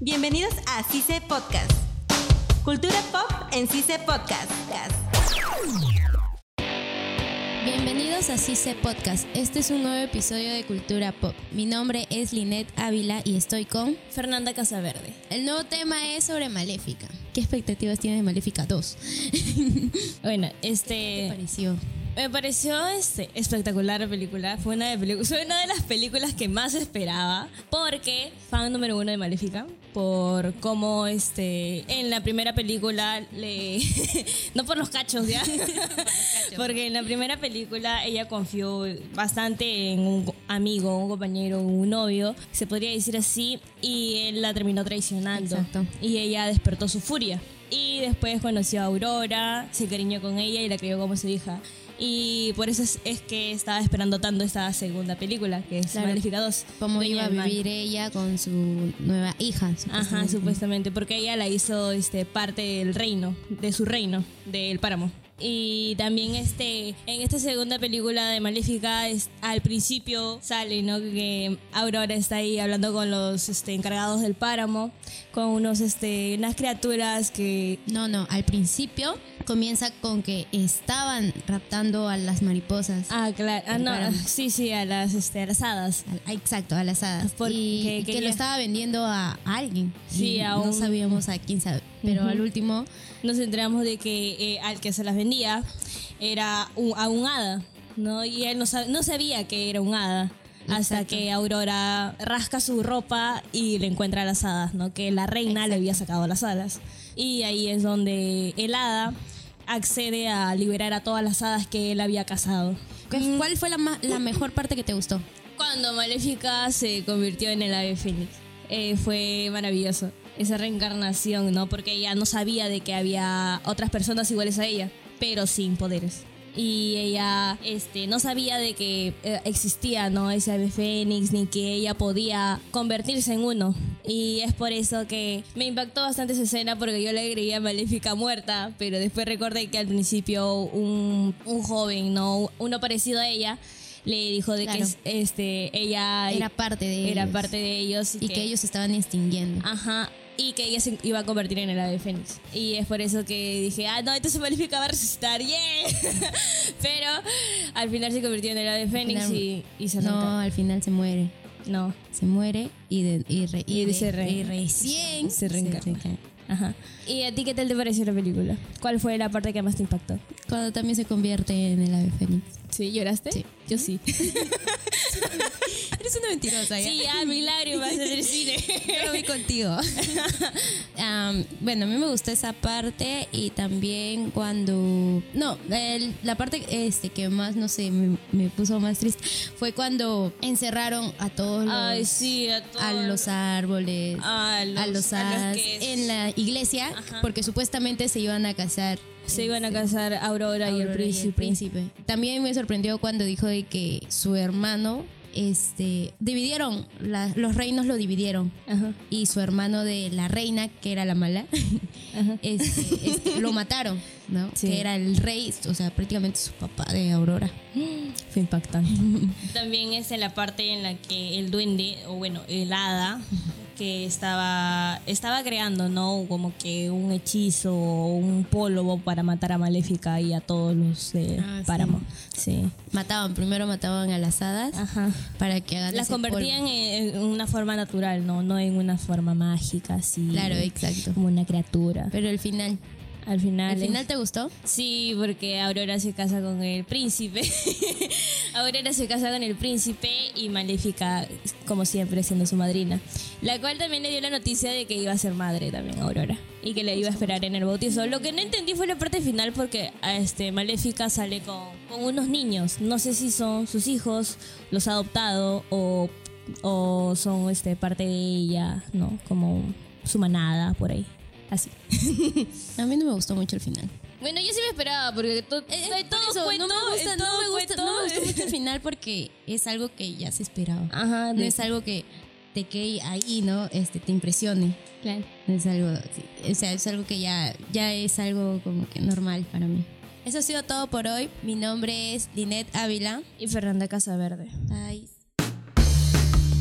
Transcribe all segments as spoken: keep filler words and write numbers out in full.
Bienvenidos a CICE Podcast. Cultura pop en CICE Podcast. Bienvenidos a CICE Podcast. Este es un nuevo episodio de Cultura Pop. Mi nombre es Linet Ávila y estoy con Fernanda Casaverde. El nuevo tema es sobre Maléfica. ¿Qué expectativas tienes de Maléfica dos? Bueno, ¿Qué te este... pareció? Me pareció este, espectacular la película. Fue una, de pelicu- fue una de las películas que más esperaba. Porque fan número uno de Maléfica. Por cómo este, en la primera película le... no por los cachos, ¿ya? Porque en la primera película ella confió bastante en un amigo, un compañero, un novio, se podría decir así, y él la terminó traicionando. Exacto. Y ella despertó su furia. Y después conoció a Aurora, se cariñó con ella y la crió como su hija. Y por eso es, es que estaba esperando tanto esta segunda película, que es Claro. Maléfica dos. ¿Cómo Dueña iba a del Mal. vivir ella con su nueva hija? Ajá, supuestamente, porque ella la hizo este, parte del reino, de su reino, del páramo. Y también este, en esta segunda película de Maléfica, es, al principio sale, ¿no?, que Aurora está ahí hablando con los este, encargados del páramo, con unos, este, unas criaturas que... No, no, al principio comienza con que estaban raptando a las mariposas. Ah, claro, ah, Del no, páramo. sí, sí, a las, este, a las hadas. Al- Exacto, a las hadas. Porque y y que quería- lo estaba vendiendo a, a alguien. Sí, Y a no un- sabíamos a quién sabe. Pero Ujú. al último, Nos enteramos de que eh, al que se las vendía era un, a un hada, ¿no? Y él no, sab- no sabía que era un hada. Hasta Exacto. que Aurora rasca su ropa y le encuentra a las hadas, ¿no? Que la reina le había sacado las alas. Y ahí es donde el hada accede a liberar a todas las hadas que él había cazado. ¿qué- ¿cuál fue la, ma- la mejor parte que te gustó? Cuando Maléfica se convirtió en el ave fénix, eh, fue maravilloso. Esa reencarnación, ¿no? Porque ella no sabía de que había otras personas iguales a ella, pero sin poderes. Y ella este, no sabía de que eh, existía, ¿no?, ese ave fénix, ni que ella podía convertirse en uno. Y es por eso que me impactó bastante esa escena, porque yo le creía a Maléfica muerta, pero después recordé que al principio un, un joven, ¿no?, uno parecido a ella, le dijo de Claro. que es- este, ella Era parte de era ellos. parte de ellos Y que ellos se estaban extinguiendo. Ajá, y que ella se iba a convertir en el ave fénix. Y es por eso que dije, ah, no, entonces Maléfica va a resucitar, ¡yeah! Pero al final se convirtió en el ave fénix final- y, y se No, arranca. al final se muere. No, Se muere y, de- y, re- y Y de- se re- y recién se reencarna. reencarna. ajá. ¿Y a ti qué tal te pareció la película? ¿Cuál fue la parte que más te impactó? Cuando también se convierte en el ave fénix. ¿Sí? ¿Lloraste? Sí. Yo sí. Eres una mentirosa, Sí, ah, mis lágrimas en el cine. Yo lo vi contigo. Am, bueno, a mí me gustó esa parte y también cuando... No, el- la parte este, que más, no sé, me, me puso más triste fue cuando encerraron a todos los, Ay, sí, a todos. a los árboles, A los- a los a los hadas que- en la iglesia, Ajá. porque supuestamente se iban a casar. Se iban a casar Aurora, y el Aurora príncipe. príncipe. También me sorprendió cuando dijo de que su hermano, este, dividieron, la- los reinos lo dividieron. Ajá. Y su hermano de la reina, que era la mala, Ajá. este, este, lo mataron, ¿no? Sí. Que era el rey, o sea, prácticamente su papá de Aurora. Fue impactante. También es en la parte en la que el duende, o bueno, el hada, que estaba, estaba creando, ¿no?, como que un hechizo o un polvo para matar a Maléfica y a todos los de Ah, sí. Páramo. Sí. Mataban, primero mataban a las hadas Ajá. para que hagan Las ese convertían polvo. en, en una forma natural, ¿no? No en una forma mágica, así. Claro, exacto. Como una criatura. Pero el final, Al final. ¿el es- final te gustó? Sí, porque Aurora se casa con el príncipe. Aurora se casa con el príncipe y Maléfica, como siempre, siendo su madrina. La cual también le dio la noticia de que iba a ser madre también a Aurora. Y que le iba a esperar en el bautizo. Lo que no entendí fue la parte final porque a este, Maléfica sale con, con unos niños. No sé si son sus hijos, los ha adoptado o, o son este, parte de ella, ¿no? Como su manada, por ahí. Así. A mí no me gustó mucho el final. Bueno, yo sí me esperaba, porque to- Eh, eh, todo por eso, cuento, no me gusta, eh, no todo me gusta, cuento. no me gustó mucho el final porque es algo que ya se esperaba. Ajá, No de- es algo que te quede ahí, ¿no? Este, te impresione. Claro. No es algo, sí, o sea, es algo que ya, ya es algo como que normal para mí. Eso ha sido todo por hoy. Mi nombre es Linet Ávila. Y Fernanda Casaverde. Bye.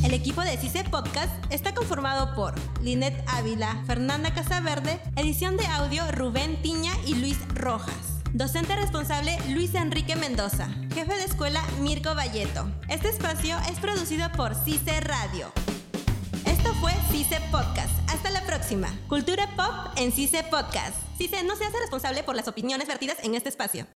El equipo de CICE Podcast está conformado por Linet Ávila, Fernanda Casaverde, edición de audio Rubén Tiña y Luis Rojas. Docente responsable Luis Enrique Mendoza. Jefe de escuela Mirko Valleto. Este espacio es producido por CICE Radio. Esto fue CICE Podcast. Hasta la próxima. Cultura pop en CICE Podcast. CICE no se hace responsable por las opiniones vertidas en este espacio.